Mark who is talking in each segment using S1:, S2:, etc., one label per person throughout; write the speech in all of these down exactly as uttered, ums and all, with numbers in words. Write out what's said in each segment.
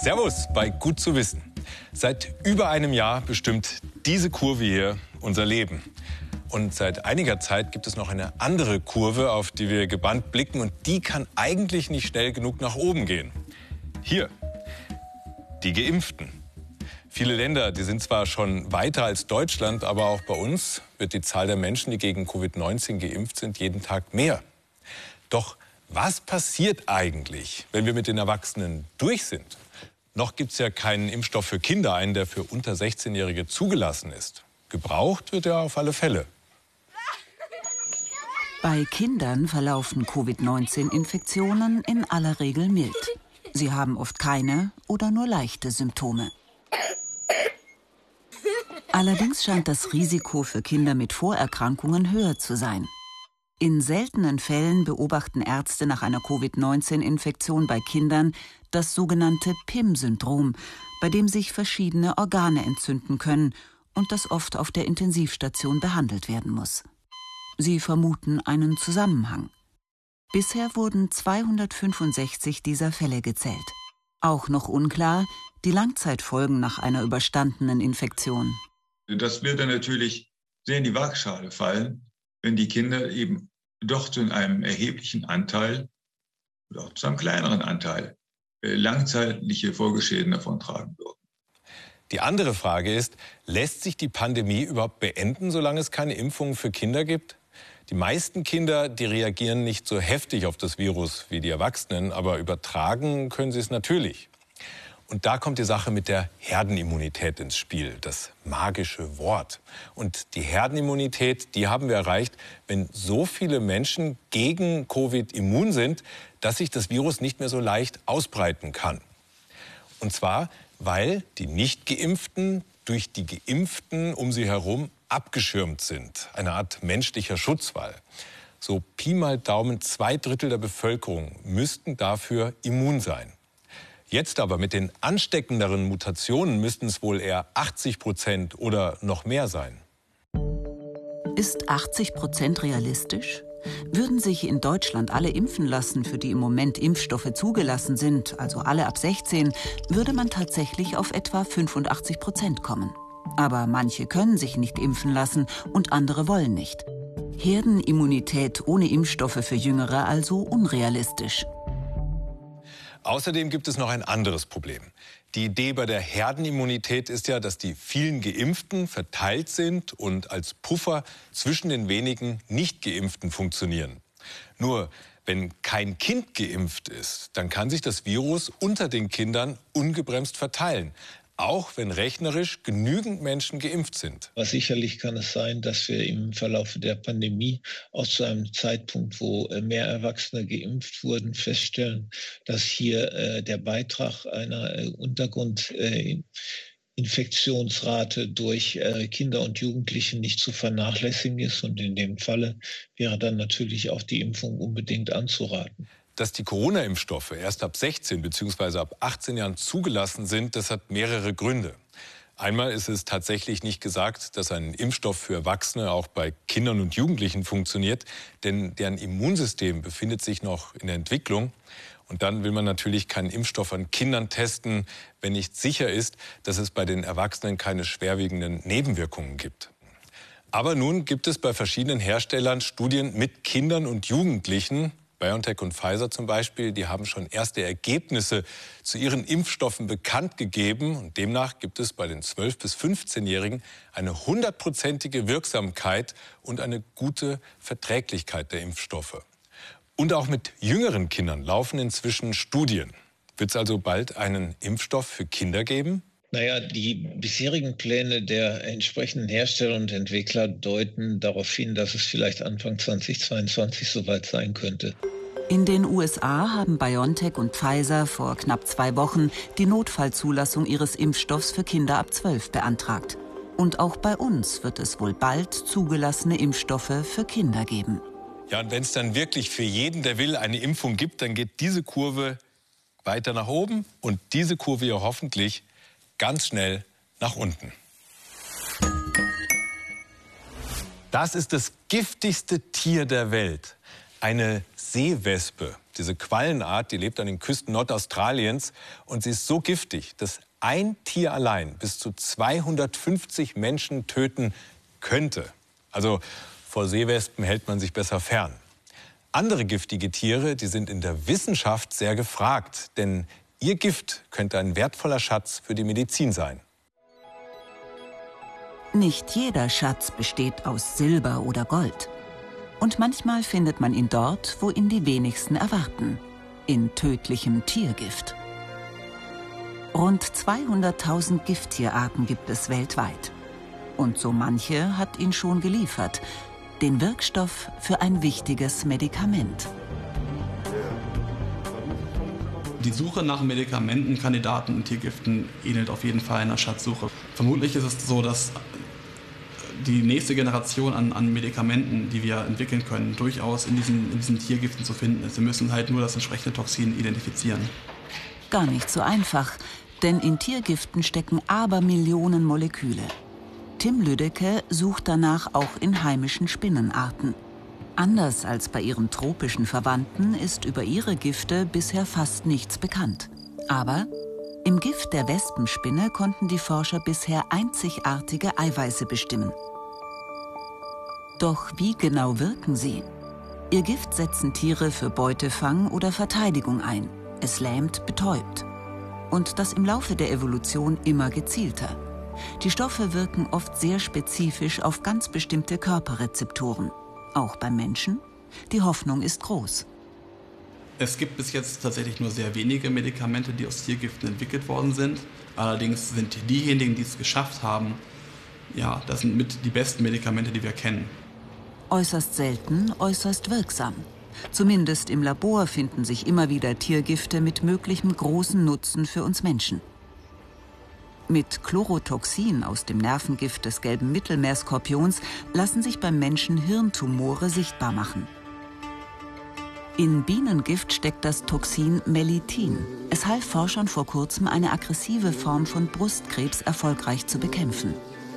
S1: Servus bei Gut zu wissen. Seit über einem Jahr bestimmt diese Kurve hier unser Leben. Und seit einiger Zeit gibt es noch eine andere Kurve, auf die wir gebannt blicken. Und die kann eigentlich nicht schnell genug nach oben gehen. Hier, die Geimpften. Viele Länder, die sind zwar schon weiter als Deutschland, aber auch bei uns wird die Zahl der Menschen, die gegen Covid neunzehn geimpft sind, jeden Tag mehr. Doch was passiert eigentlich, wenn wir mit den Erwachsenen durch sind? Noch gibt es ja keinen Impfstoff für Kinder, einen, der für unter sechzehnjährige zugelassen ist. Gebraucht wird er auf alle Fälle.
S2: Bei Kindern verlaufen Covid neunzehn Infektionen in aller Regel mild. Sie haben oft keine oder nur leichte Symptome. Allerdings scheint das Risiko für Kinder mit Vorerkrankungen höher zu sein. In seltenen Fällen beobachten Ärzte nach einer Covid neunzehn Infektion bei Kindern das sogenannte P I M-Syndrom, bei dem sich verschiedene Organe entzünden können und das oft auf der Intensivstation behandelt werden muss. Sie vermuten einen Zusammenhang. Bisher wurden zweihundertfünfundsechzig dieser Fälle gezählt. Auch noch unklar die Langzeitfolgen nach einer überstandenen Infektion.
S3: Das wird dann natürlich sehr in die Waagschale fallen, wenn die Kinder eben doch zu einem erheblichen Anteil oder auch zu einem kleineren Anteil langzeitliche Folgeschäden davontragen würden.
S1: Die andere Frage ist, lässt sich die Pandemie überhaupt beenden, solange es keine Impfungen für Kinder gibt? Die meisten Kinder, die reagieren nicht so heftig auf das Virus wie die Erwachsenen, aber übertragen können sie es natürlich. Und da kommt die Sache mit der Herdenimmunität ins Spiel, das magische Wort. Und die Herdenimmunität, die haben wir erreicht, wenn so viele Menschen gegen Covid immun sind, dass sich das Virus nicht mehr so leicht ausbreiten kann. Und zwar, weil die Nicht-Geimpften durch die Geimpften um sie herum abgeschirmt sind. Eine Art menschlicher Schutzwall. So Pi mal Daumen, zwei Drittel der Bevölkerung müssten dafür immun sein. Jetzt aber mit den ansteckenderen Mutationen müssten es wohl eher achtzig Prozent oder noch mehr sein.
S2: Ist achtzig Prozent realistisch? Würden sich in Deutschland alle impfen lassen, für die im Moment Impfstoffe zugelassen sind, also alle ab sechzehn, würde man tatsächlich auf etwa fünfundachtzig Prozent kommen. Aber manche können sich nicht impfen lassen und andere wollen nicht. Herdenimmunität ohne Impfstoffe für Jüngere also unrealistisch.
S1: Außerdem gibt es noch ein anderes Problem. Die Idee bei der Herdenimmunität ist ja, dass die vielen Geimpften verteilt sind und als Puffer zwischen den wenigen Nicht-Geimpften funktionieren. Nur wenn kein Kind geimpft ist, dann kann sich das Virus unter den Kindern ungebremst verteilen. Auch wenn rechnerisch genügend Menschen geimpft sind.
S4: Aber sicherlich kann es sein, dass wir im Verlauf der Pandemie auch zu einem Zeitpunkt, wo mehr Erwachsene geimpft wurden, feststellen, dass hier äh, der Beitrag einer äh, Untergrundinfektionsrate äh, durch äh, Kinder und Jugendliche nicht zu vernachlässigen ist. Und in dem Falle wäre dann natürlich auch die Impfung unbedingt anzuraten.
S1: Dass die Corona-Impfstoffe erst ab sechzehn bzw. ab achtzehn Jahren zugelassen sind, das hat mehrere Gründe. Einmal ist es tatsächlich nicht gesagt, dass ein Impfstoff für Erwachsene auch bei Kindern und Jugendlichen funktioniert, denn deren Immunsystem befindet sich noch in der Entwicklung. Und dann will man natürlich keinen Impfstoff an Kindern testen, wenn nicht sicher ist, dass es bei den Erwachsenen keine schwerwiegenden Nebenwirkungen gibt. Aber nun gibt es bei verschiedenen Herstellern Studien mit Kindern und Jugendlichen. BioNTech und Pfizer zum Beispiel, die haben schon erste Ergebnisse zu ihren Impfstoffen bekannt gegeben. Und demnach gibt es bei den zwölf- bis fünfzehnjährigen eine hundertprozentige Wirksamkeit und eine gute Verträglichkeit der Impfstoffe. Und auch mit jüngeren Kindern laufen inzwischen Studien. Wird es also bald einen Impfstoff für Kinder geben?
S4: Naja, die bisherigen Pläne der entsprechenden Hersteller und Entwickler deuten darauf hin, dass es vielleicht Anfang zweitausendzweiundzwanzig soweit sein könnte.
S2: In den U S A haben BioNTech und Pfizer vor knapp zwei Wochen die Notfallzulassung ihres Impfstoffs für Kinder ab zwölf beantragt. Und auch bei uns wird es wohl bald zugelassene Impfstoffe für Kinder geben.
S1: Ja, und wenn es dann wirklich für jeden, der will, eine Impfung gibt, dann geht diese Kurve weiter nach oben und diese Kurve ja hoffentlich ganz schnell nach unten. Das ist das giftigste Tier der Welt. Eine Seewespe, diese Quallenart, die lebt an den Küsten Nordaustraliens und sie ist so giftig, dass ein Tier allein bis zu zweihundertfünfzig Menschen töten könnte. Also vor Seewespen hält man sich besser fern. Andere giftige Tiere, die sind in der Wissenschaft sehr gefragt, denn ihr Gift könnte ein wertvoller Schatz für die Medizin sein.
S2: Nicht jeder Schatz besteht aus Silber oder Gold. Und manchmal findet man ihn dort, wo ihn die wenigsten erwarten: in tödlichem Tiergift. Rund zweihunderttausend Gifttierarten gibt es weltweit. Und so manche hat ihn schon geliefert: den Wirkstoff für ein wichtiges Medikament.
S5: Die Suche nach Medikamentenkandidaten in Tiergiften ähnelt auf jeden Fall einer Schatzsuche. Vermutlich ist es so, dass die nächste Generation an, an Medikamenten, die wir entwickeln können, durchaus in diesen, in diesen Tiergiften zu finden ist. Wir müssen halt nur das entsprechende Toxin identifizieren.
S2: Gar nicht so einfach, denn in Tiergiften stecken Abermillionen Moleküle. Tim Lüdecke sucht danach auch in heimischen Spinnenarten. Anders als bei ihren tropischen Verwandten ist über ihre Gifte bisher fast nichts bekannt. Aber im Gift der Wespenspinne konnten die Forscher bisher einzigartige Eiweiße bestimmen. Doch wie genau wirken sie? Ihr Gift setzen Tiere für Beutefang oder Verteidigung ein. Es lähmt, betäubt. Und das im Laufe der Evolution immer gezielter. Die Stoffe wirken oft sehr spezifisch auf ganz bestimmte Körperrezeptoren. Auch beim Menschen? Die Hoffnung ist groß.
S5: Es gibt bis jetzt tatsächlich nur sehr wenige Medikamente, die aus Tiergiften entwickelt worden sind. Allerdings sind diejenigen, die es geschafft haben, ja, das sind mit die besten Medikamente, die wir kennen.
S2: Äußerst selten, äußerst wirksam. Zumindest im Labor finden sich immer wieder Tiergifte mit möglichem großen Nutzen für uns Menschen. Mit Chlorotoxin aus dem Nervengift des gelben Mittelmeerskorpions lassen sich beim Menschen Hirntumore sichtbar machen. In Bienengift steckt das Toxin Melittin. Es half Forschern vor kurzem, eine aggressive Form von Brustkrebs erfolgreich zu bekämpfen.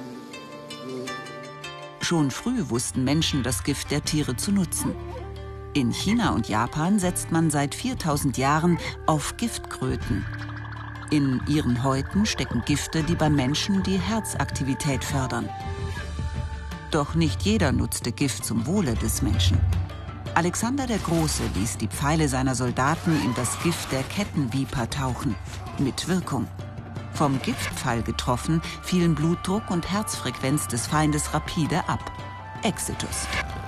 S2: Schon früh wussten Menschen das Gift der Tiere zu nutzen. In China und Japan setzt man seit viertausend Jahren auf Giftkröten. In ihren Häuten stecken Gifte, die beim Menschen die Herzaktivität fördern. Doch nicht jeder nutzte Gift zum Wohle des Menschen. Alexander der Große ließ die Pfeile seiner Soldaten in das Gift der Kettenviper tauchen. Mit Wirkung. Vom Giftpfeil getroffen, fielen Blutdruck und Herzfrequenz des Feindes rapide ab. Exitus.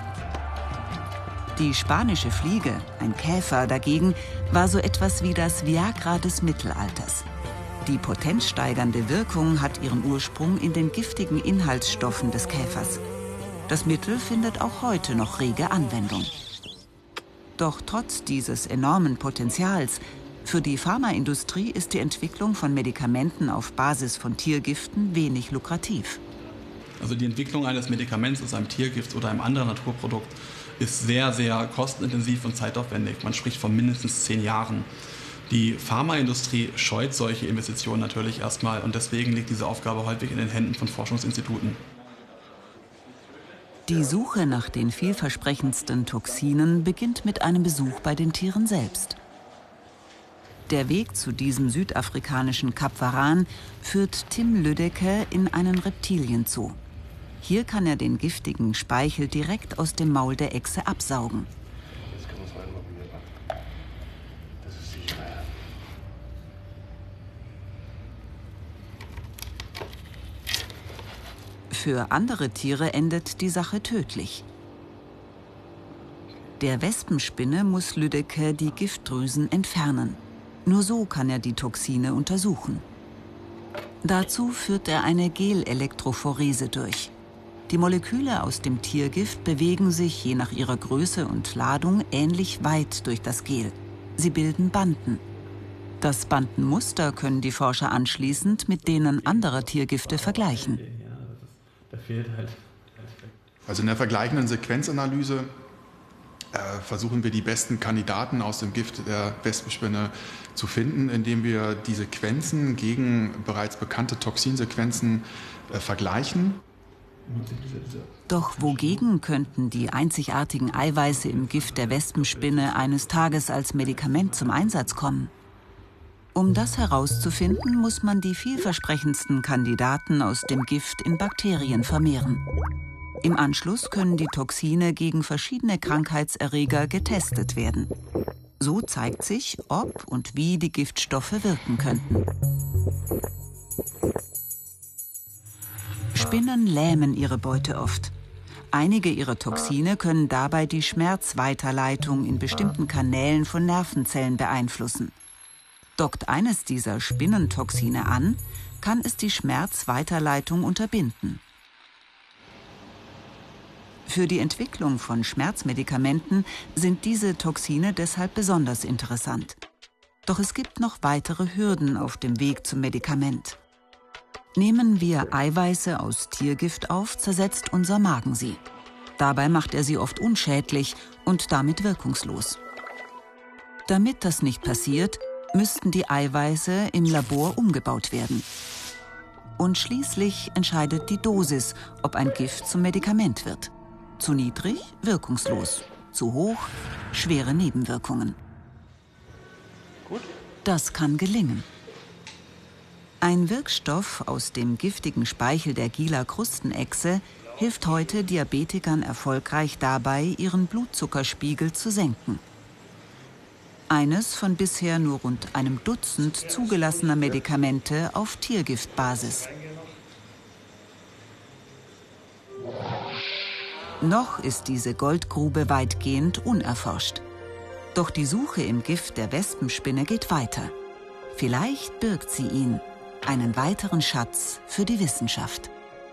S2: Die spanische Fliege, ein Käfer dagegen, war so etwas wie das Viagra des Mittelalters. Die potenzsteigernde Wirkung hat ihren Ursprung in den giftigen Inhaltsstoffen des Käfers. Das Mittel findet auch heute noch rege Anwendung. Doch trotz dieses enormen Potenzials, für die Pharmaindustrie ist die Entwicklung von Medikamenten auf Basis von Tiergiften wenig lukrativ.
S5: Also die Entwicklung eines Medikaments aus einem Tiergift oder einem anderen Naturprodukt ist sehr, sehr kostenintensiv und zeitaufwendig. Man spricht von mindestens zehn Jahren. Die Pharmaindustrie scheut solche Investitionen natürlich erstmal und deswegen liegt diese Aufgabe häufig in den Händen von Forschungsinstituten.
S2: Die Suche nach den vielversprechendsten Toxinen beginnt mit einem Besuch bei den Tieren selbst. Der Weg zu diesem südafrikanischen Kap Varan führt Tim Lüdecke in einen Reptilienzoo. Hier kann er den giftigen Speichel direkt aus dem Maul der Echse absaugen. Für andere Tiere endet die Sache tödlich. Der Wespenspinne muss Lüdecke die Giftdrüsen entfernen. Nur so kann er die Toxine untersuchen. Dazu führt er eine Gelelektrophorese durch. Die Moleküle aus dem Tiergift bewegen sich je nach ihrer Größe und Ladung ähnlich weit durch das Gel. Sie bilden Banden. Das Bandenmuster können die Forscher anschließend mit denen anderer Tiergifte vergleichen.
S6: Also in der vergleichenden Sequenzanalyse äh, versuchen wir die besten Kandidaten aus dem Gift der Wespenspinne zu finden, indem wir die Sequenzen gegen bereits bekannte Toxinsequenzen äh, vergleichen.
S2: Doch wogegen könnten die einzigartigen Eiweiße im Gift der Wespenspinne eines Tages als Medikament zum Einsatz kommen? Um das herauszufinden, muss man die vielversprechendsten Kandidaten aus dem Gift in Bakterien vermehren. Im Anschluss können die Toxine gegen verschiedene Krankheitserreger getestet werden. So zeigt sich, ob und wie die Giftstoffe wirken könnten. Spinnen lähmen ihre Beute oft. Einige ihrer Toxine können dabei die Schmerzweiterleitung in bestimmten Kanälen von Nervenzellen beeinflussen. Dockt eines dieser Spinnentoxine an, kann es die Schmerzweiterleitung unterbinden. Für die Entwicklung von Schmerzmedikamenten sind diese Toxine deshalb besonders interessant. Doch es gibt noch weitere Hürden auf dem Weg zum Medikament. Nehmen wir Eiweiße aus Tiergift auf, zersetzt unser Magen sie. Dabei macht er sie oft unschädlich und damit wirkungslos. Damit das nicht passiert, müssten die Eiweiße im Labor umgebaut werden. Und schließlich entscheidet die Dosis, ob ein Gift zum Medikament wird. Zu niedrig, wirkungslos. Zu hoch, schwere Nebenwirkungen. Das kann gelingen. Ein Wirkstoff aus dem giftigen Speichel der Gila-Krustenechse hilft heute Diabetikern erfolgreich dabei, ihren Blutzuckerspiegel zu senken. Eines von bisher nur rund einem Dutzend zugelassener Medikamente auf Tiergiftbasis. Noch ist diese Goldgrube weitgehend unerforscht. Doch die Suche im Gift der Wespenspinne geht weiter. Vielleicht birgt sie ihn, einen weiteren Schatz für die Wissenschaft.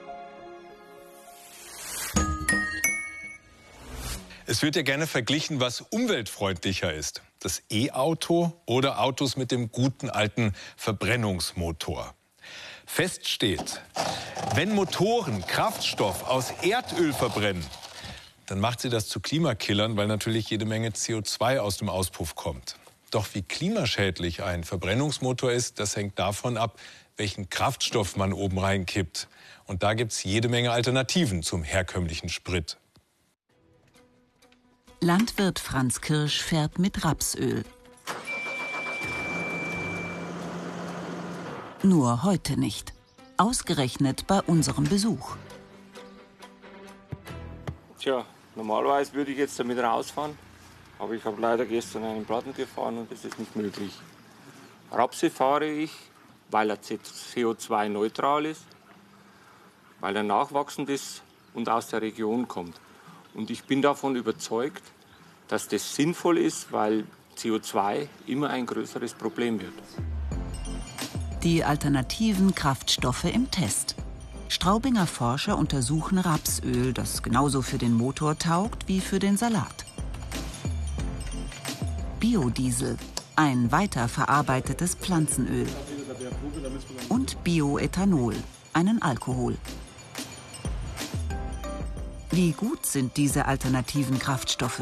S1: Es wird ja gerne verglichen, was umweltfreundlicher ist. Das E-Auto oder Autos mit dem guten alten Verbrennungsmotor. Fest steht, wenn Motoren Kraftstoff aus Erdöl verbrennen, dann macht sie das zu Klimakillern, weil natürlich jede Menge C O zwei aus dem Auspuff kommt. Doch wie klimaschädlich ein Verbrennungsmotor ist, das hängt davon ab, welchen Kraftstoff man oben reinkippt. Und da gibt es jede Menge Alternativen zum herkömmlichen Sprit.
S2: Landwirt Franz Kirsch fährt mit Rapsöl. Nur heute nicht. Ausgerechnet bei unserem Besuch.
S7: Tja, normalerweise würde ich jetzt damit rausfahren. Aber ich habe leider gestern einen Platten gefahren und das ist nicht möglich. Rapse fahre ich, weil er C O zwei neutral ist, weil er nachwachsend ist und aus der Region kommt. Und ich bin davon überzeugt, dass das sinnvoll ist, weil C O zwei immer ein größeres Problem wird.
S2: Die alternativen Kraftstoffe im Test. Straubinger Forscher untersuchen Rapsöl, das genauso für den Motor taugt wie für den Salat. Biodiesel, ein weiterverarbeitetes Pflanzenöl. Und Bioethanol, einen Alkohol. Wie gut sind diese alternativen Kraftstoffe?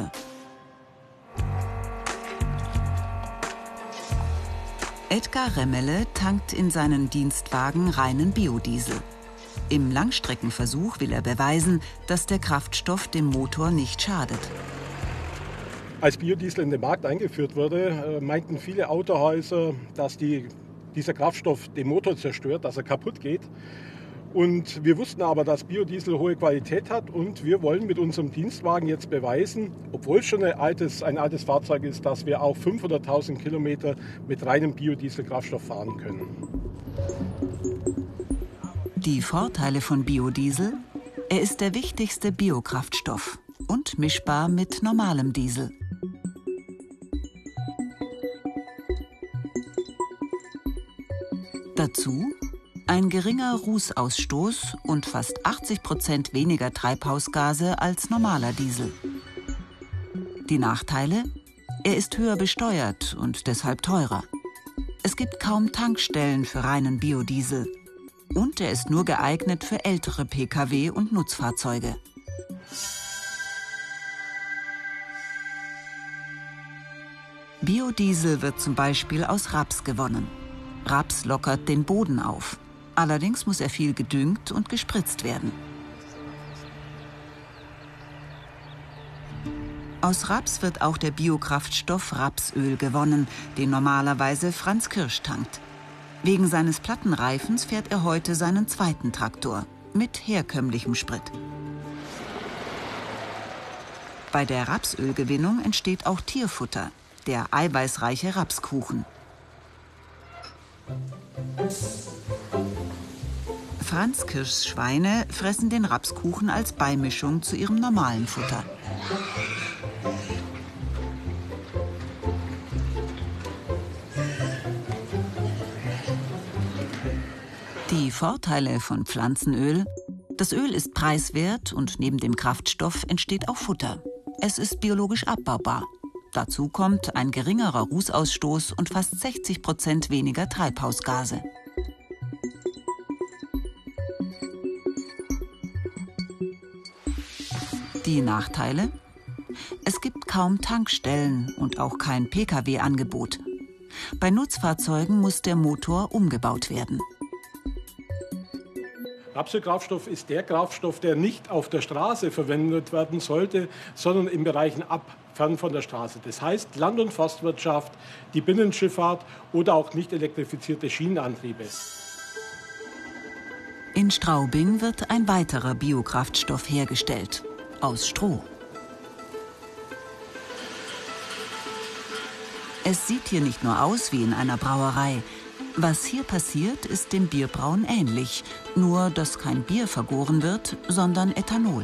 S2: Edgar Remmele tankt in seinen Dienstwagen reinen Biodiesel. Im Langstreckenversuch will er beweisen, dass der Kraftstoff dem Motor nicht schadet.
S8: Als Biodiesel in den Markt eingeführt wurde, meinten viele Autohäuser, dass die, dieser Kraftstoff den Motor zerstört, dass er kaputt geht. Und wir wussten aber, dass Biodiesel hohe Qualität hat und wir wollen mit unserem Dienstwagen jetzt beweisen, obwohl es schon ein altes, ein altes Fahrzeug ist, dass wir auch fünfhunderttausend Kilometer mit reinem Biodieselkraftstoff fahren können.
S2: Die Vorteile von Biodiesel? Er ist der wichtigste Biokraftstoff und mischbar mit normalem Diesel. Dazu ein geringer Rußausstoß und fast achtzig Prozent weniger Treibhausgase als normaler Diesel. Die Nachteile? Er ist höher besteuert und deshalb teurer. Es gibt kaum Tankstellen für reinen Biodiesel. Und er ist nur geeignet für ältere Pkw und Nutzfahrzeuge. Biodiesel wird zum Beispiel aus Raps gewonnen. Raps lockert den Boden auf. Allerdings muss er viel gedüngt und gespritzt werden. Aus Raps wird auch der Biokraftstoff Rapsöl gewonnen, den normalerweise Franz Kirsch tankt. Wegen seines Plattenreifens fährt er heute seinen zweiten Traktor mit herkömmlichem Sprit. Bei der Rapsölgewinnung entsteht auch Tierfutter, der eiweißreiche Rapskuchen. Franz Kirschs Schweine fressen den Rapskuchen als Beimischung zu ihrem normalen Futter. Die Vorteile von Pflanzenöl: Das Öl ist preiswert und neben dem Kraftstoff entsteht auch Futter. Es ist biologisch abbaubar. Dazu kommt ein geringerer Rußausstoß und fast sechzig Prozent weniger Treibhausgase. Die Nachteile? Es gibt kaum Tankstellen und auch kein P K W-Angebot. Bei Nutzfahrzeugen muss der Motor umgebaut werden.
S8: Rapsölkraftstoff ist der Kraftstoff, der nicht auf der Straße verwendet werden sollte, sondern in Bereichen ab, fern von der Straße. Das heißt Land- und Forstwirtschaft, die Binnenschifffahrt oder auch nicht elektrifizierte Schienenantriebe.
S2: In Straubing wird ein weiterer Biokraftstoff hergestellt, aus Stroh. Es sieht hier nicht nur aus wie in einer Brauerei. Was hier passiert, ist dem Bierbrauen ähnlich, nur dass kein Bier vergoren wird, sondern Ethanol.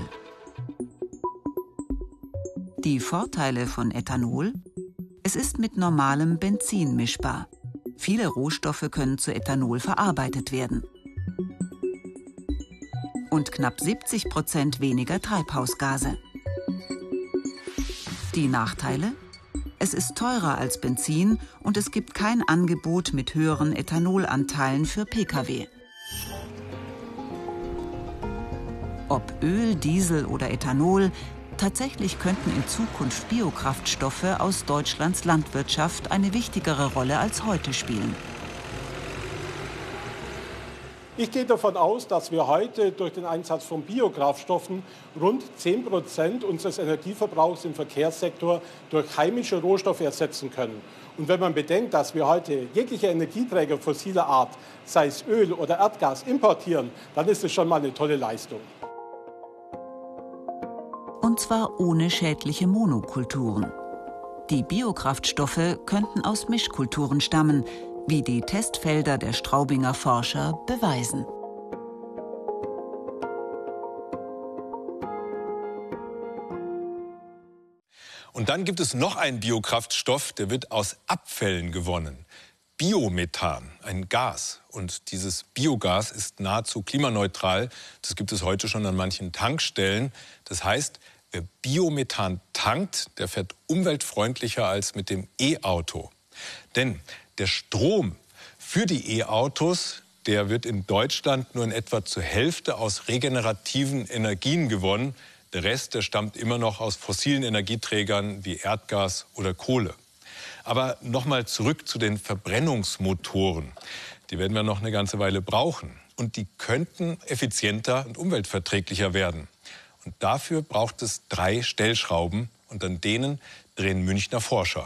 S2: Die Vorteile von Ethanol? Es ist mit normalem Benzin mischbar. Viele Rohstoffe können zu Ethanol verarbeitet werden. Und knapp siebzig Prozent weniger Treibhausgase. Die Nachteile? Es ist teurer als Benzin und es gibt kein Angebot mit höheren Ethanolanteilen für P K W. Ob Öl, Diesel oder Ethanol, tatsächlich könnten in Zukunft Biokraftstoffe aus Deutschlands Landwirtschaft eine wichtigere Rolle als heute spielen.
S8: Ich gehe davon aus, dass wir heute durch den Einsatz von Biokraftstoffen rund zehn Prozent unseres Energieverbrauchs im Verkehrssektor durch heimische Rohstoffe ersetzen können. Und wenn man bedenkt, dass wir heute jegliche Energieträger fossiler Art, sei es Öl oder Erdgas, importieren, dann ist es schon mal eine tolle Leistung.
S2: Und zwar ohne schädliche Monokulturen. Die Biokraftstoffe könnten aus Mischkulturen stammen, wie die Testfelder der Straubinger Forscher beweisen.
S1: Und dann gibt es noch einen Biokraftstoff, der wird aus Abfällen gewonnen. Biomethan, ein Gas. Und dieses Biogas ist nahezu klimaneutral. Das gibt es heute schon an manchen Tankstellen. Das heißt, wer Biomethan tankt, der fährt umweltfreundlicher als mit dem E-Auto. Denn der Strom für die E-Autos, der wird in Deutschland nur in etwa zur Hälfte aus regenerativen Energien gewonnen. Der Rest, der stammt immer noch aus fossilen Energieträgern wie Erdgas oder Kohle. Aber nochmal zurück zu den Verbrennungsmotoren. Die werden wir noch eine ganze Weile brauchen. Und die könnten effizienter und umweltverträglicher werden. Und dafür braucht es drei Stellschrauben. Und an denen drehen Münchner Forscher.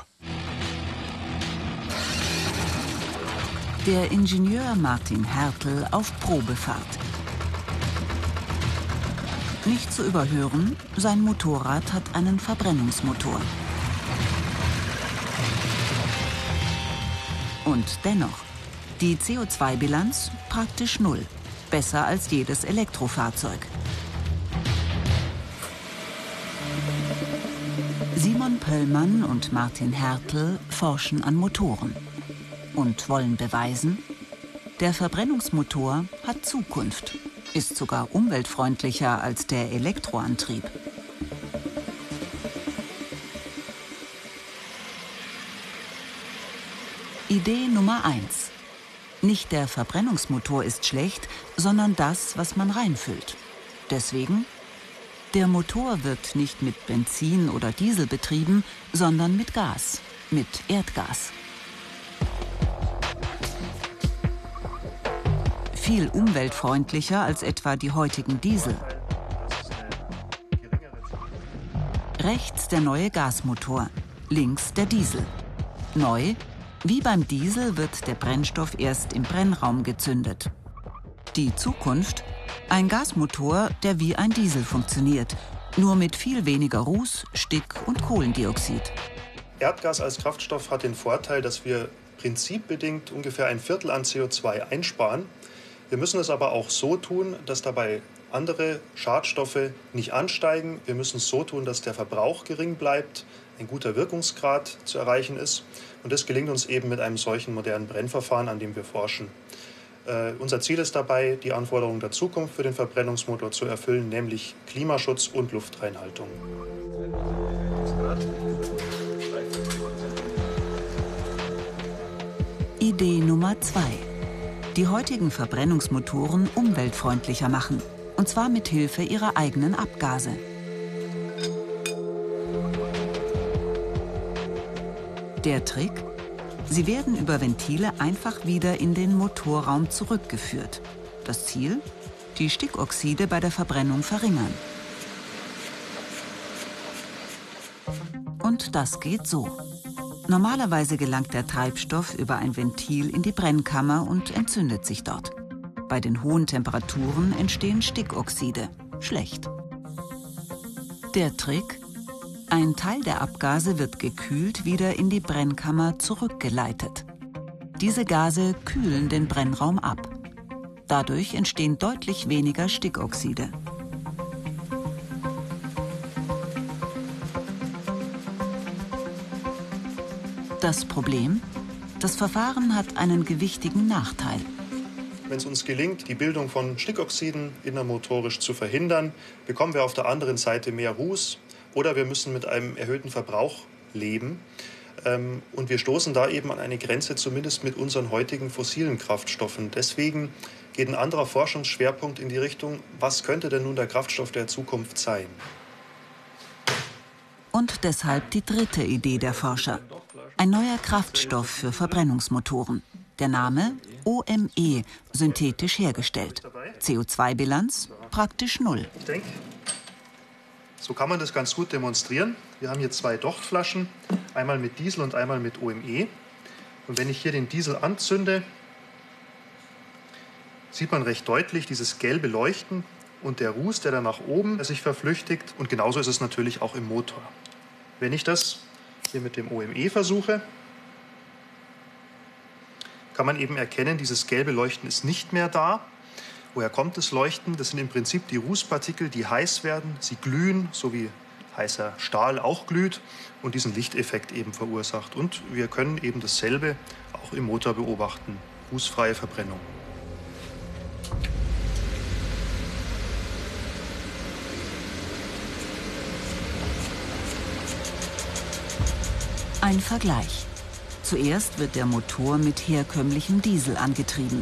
S2: Der Ingenieur Martin Hertel auf Probefahrt. Nicht zu überhören, sein Motorrad hat einen Verbrennungsmotor. Und dennoch, die C O zwei Bilanz praktisch null. Besser als jedes Elektrofahrzeug. Simon Pöllmann und Martin Hertel forschen an Motoren. Und wollen beweisen, der Verbrennungsmotor hat Zukunft, ist sogar umweltfreundlicher als der Elektroantrieb. Idee Nummer eins. Nicht der Verbrennungsmotor ist schlecht, sondern das, was man reinfüllt. Deswegen, der Motor wird nicht mit Benzin oder Diesel betrieben, sondern mit Gas, mit Erdgas. Viel umweltfreundlicher als etwa die heutigen Diesel. Rechts der neue Gasmotor, links der Diesel. Neu: wie beim Diesel wird der Brennstoff erst im Brennraum gezündet. Die Zukunft: ein Gasmotor, der wie ein Diesel funktioniert, nur mit viel weniger Ruß, Stick- und Kohlendioxid.
S9: Erdgas als Kraftstoff hat den Vorteil, dass wir prinzipbedingt ungefähr ein Viertel an C O zwei einsparen. Wir müssen es aber auch so tun, dass dabei andere Schadstoffe nicht ansteigen. Wir müssen es so tun, dass der Verbrauch gering bleibt, ein guter Wirkungsgrad zu erreichen ist. Und das gelingt uns eben mit einem solchen modernen Brennverfahren, an dem wir forschen. Äh, unser Ziel ist dabei, die Anforderungen der Zukunft für den Verbrennungsmotor zu erfüllen, nämlich Klimaschutz und Luftreinhaltung.
S2: Idee Nummer zwei. Die heutigen Verbrennungsmotoren umweltfreundlicher machen. Und zwar mit Hilfe ihrer eigenen Abgase. Der Trick: sie werden über Ventile einfach wieder in den Motorraum zurückgeführt. Das Ziel: die Stickoxide bei der Verbrennung verringern. Und das geht so. Normalerweise gelangt der Treibstoff über ein Ventil in die Brennkammer und entzündet sich dort. Bei den hohen Temperaturen entstehen Stickoxide. Schlecht. Der Trick: ein Teil der Abgase wird gekühlt wieder in die Brennkammer zurückgeleitet. Diese Gase kühlen den Brennraum ab. Dadurch entstehen deutlich weniger Stickoxide. Das Problem: das Verfahren hat einen gewichtigen Nachteil.
S9: Wenn es uns gelingt, die Bildung von Stickoxiden innermotorisch zu verhindern, bekommen wir auf der anderen Seite mehr Ruß oder wir müssen mit einem erhöhten Verbrauch leben. Und wir stoßen da eben an eine Grenze, zumindest mit unseren heutigen fossilen Kraftstoffen. Deswegen geht ein anderer Forschungsschwerpunkt in die Richtung: was könnte denn nun der Kraftstoff der Zukunft sein?
S2: Und deshalb die dritte Idee der Forscher: ein neuer Kraftstoff für Verbrennungsmotoren. Der Name: O M E, synthetisch hergestellt. C O zwei Bilanz praktisch null.
S9: Ich denke, so kann man das ganz gut demonstrieren. Wir haben hier zwei Dochtflaschen, einmal mit Diesel und einmal mit O M E. Und wenn ich hier den Diesel anzünde, sieht man recht deutlich dieses gelbe Leuchten und der Ruß, der dann nach oben sich verflüchtigt. Und genauso ist es natürlich auch im Motor. Wenn ich das hier mit dem O M E versuche, kann man eben erkennen, dieses gelbe Leuchten ist nicht mehr da. Woher kommt das Leuchten? Das sind im Prinzip die Rußpartikel, die heiß werden. Sie glühen, so wie heißer Stahl auch glüht und diesen Lichteffekt eben verursacht. Und wir können eben dasselbe auch im Motor beobachten. Rußfreie Verbrennung.
S2: Ein Vergleich. Zuerst wird der Motor mit herkömmlichem Diesel angetrieben.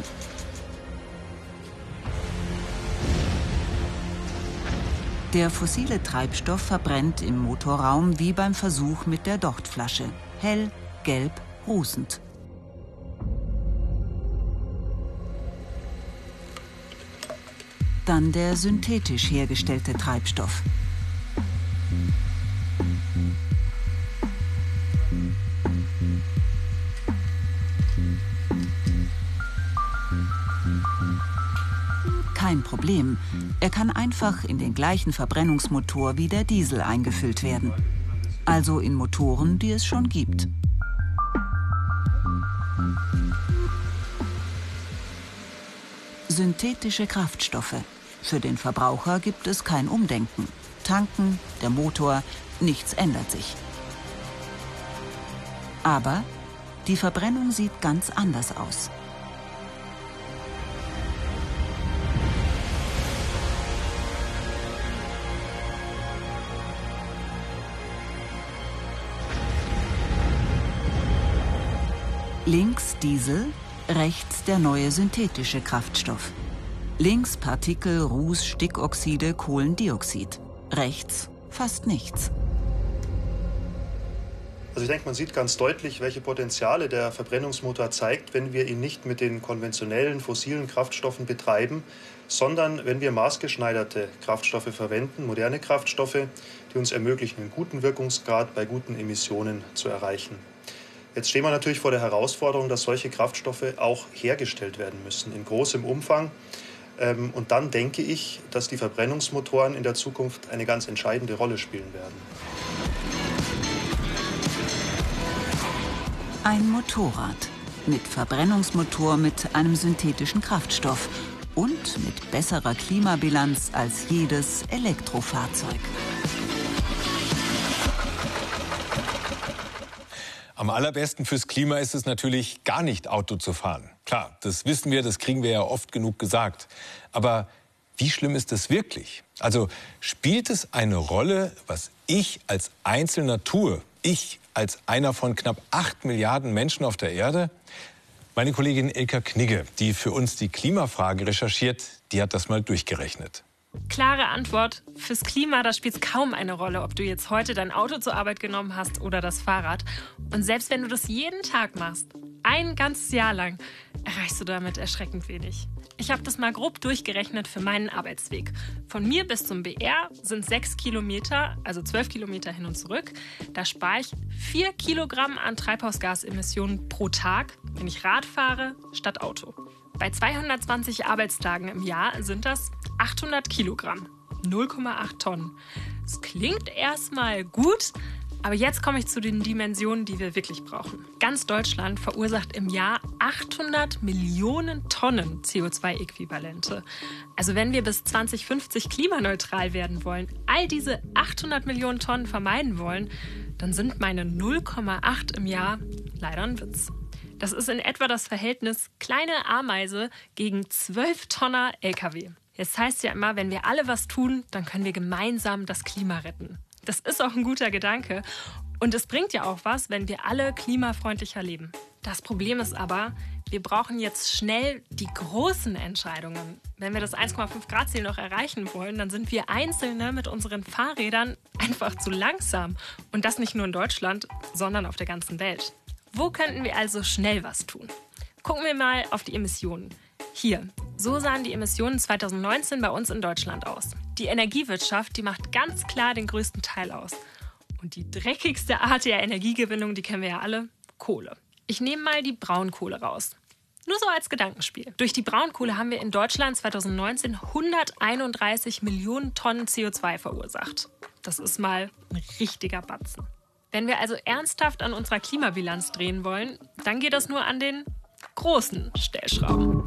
S2: Der fossile Treibstoff verbrennt im Motorraum wie beim Versuch mit der Dochtflasche. Hell, gelb, rußend. Dann der synthetisch hergestellte Treibstoff. Kein Problem. Er kann einfach in den gleichen Verbrennungsmotor wie der Diesel eingefüllt werden. Also in Motoren, die es schon gibt. Synthetische Kraftstoffe. Für den Verbraucher gibt es kein Umdenken. Tanken, der Motor, nichts ändert sich. Aber die Verbrennung sieht ganz anders aus. Links Diesel, rechts der neue synthetische Kraftstoff. Links Partikel, Ruß, Stickoxide, Kohlendioxid. Rechts fast nichts.
S9: Also ich denke, man sieht ganz deutlich, welche Potenziale der Verbrennungsmotor zeigt, wenn wir ihn nicht mit den konventionellen fossilen Kraftstoffen betreiben, sondern wenn wir maßgeschneiderte Kraftstoffe verwenden, moderne Kraftstoffe, die uns ermöglichen, einen guten Wirkungsgrad bei guten Emissionen zu erreichen. Jetzt stehen wir natürlich vor der Herausforderung, dass solche Kraftstoffe auch hergestellt werden müssen, in großem Umfang. Und dann denke ich, dass die Verbrennungsmotoren in der Zukunft eine ganz entscheidende Rolle spielen werden.
S2: Ein Motorrad mit Verbrennungsmotor mit einem synthetischen Kraftstoff und mit besserer Klimabilanz als jedes Elektrofahrzeug.
S1: Am allerbesten fürs Klima ist es natürlich, gar nicht Auto zu fahren. Klar, das wissen wir, das kriegen wir ja oft genug gesagt. Aber wie schlimm ist es wirklich? Also spielt es eine Rolle, was ich als Einzelner tue? Ich als einer von knapp acht Milliarden Menschen auf der Erde? Meine Kollegin Ilka Knigge, die für uns die Klimafrage recherchiert, die hat das mal durchgerechnet.
S10: Klare Antwort, fürs Klima, da spielt es kaum eine Rolle, ob du jetzt heute dein Auto zur Arbeit genommen hast oder das Fahrrad. Und selbst wenn du das jeden Tag machst, ein ganzes Jahr lang, erreichst du damit erschreckend wenig. Ich habe das mal grob durchgerechnet für meinen Arbeitsweg. Von mir bis zum B R sind sechs Kilometer, also zwölf Kilometer hin und zurück. Da spare ich vier Kilogramm an Treibhausgasemissionen pro Tag, wenn ich Rad fahre, statt Auto. Bei zweihundertzwanzig Arbeitstagen im Jahr sind das achthundert Kilogramm, null Komma acht Tonnen. Das klingt erstmal gut, aber jetzt komme ich zu den Dimensionen, die wir wirklich brauchen. Ganz Deutschland verursacht im Jahr achthundert Millionen Tonnen C O zwei Äquivalente. Also wenn wir bis zwanzig fünfzig klimaneutral werden wollen, all diese achthundert Millionen Tonnen vermeiden wollen, dann sind meine null Komma acht im Jahr leider ein Witz. Das ist in etwa das Verhältnis kleine Ameise gegen zwölf Tonner L K W. Jetzt heißt es ja immer, wenn wir alle was tun, dann können wir gemeinsam das Klima retten. Das ist auch ein guter Gedanke. Und es bringt ja auch was, wenn wir alle klimafreundlicher leben. Das Problem ist aber, wir brauchen jetzt schnell die großen Entscheidungen. Wenn wir das eins Komma fünf Grad Ziel noch erreichen wollen, dann sind wir Einzelne mit unseren Fahrrädern einfach zu langsam. Und das nicht nur in Deutschland, sondern auf der ganzen Welt. Wo könnten wir also schnell was tun? Gucken wir mal auf die Emissionen. Hier, so sahen die Emissionen zweitausendneunzehn bei uns in Deutschland aus. Die Energiewirtschaft, die macht ganz klar den größten Teil aus. Und die dreckigste Art der Energiegewinnung, die kennen wir ja alle, Kohle. Ich nehme mal die Braunkohle raus. Nur so als Gedankenspiel. Durch die Braunkohle haben wir in Deutschland zweitausendneunzehn hunderteinunddreißig Millionen Tonnen C O zwei verursacht. Das ist mal ein richtiger Batzen. Wenn wir also ernsthaft an unserer Klimabilanz drehen wollen, dann geht das nur an den großen Stellschrauben.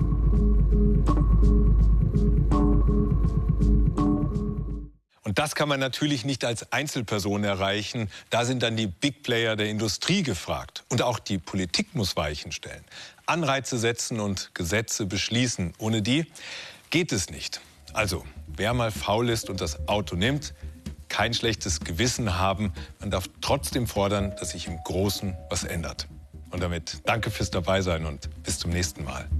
S1: Und das kann man natürlich nicht als Einzelperson erreichen. Da sind dann die Big Player der Industrie gefragt. Und auch die Politik muss Weichen stellen. Anreize setzen und Gesetze beschließen. Ohne die geht es nicht. Also, wer mal faul ist und das Auto nimmt, kein schlechtes Gewissen haben. Man darf trotzdem fordern, dass sich im Großen was ändert. Und damit danke fürs Dabeisein und bis zum nächsten Mal.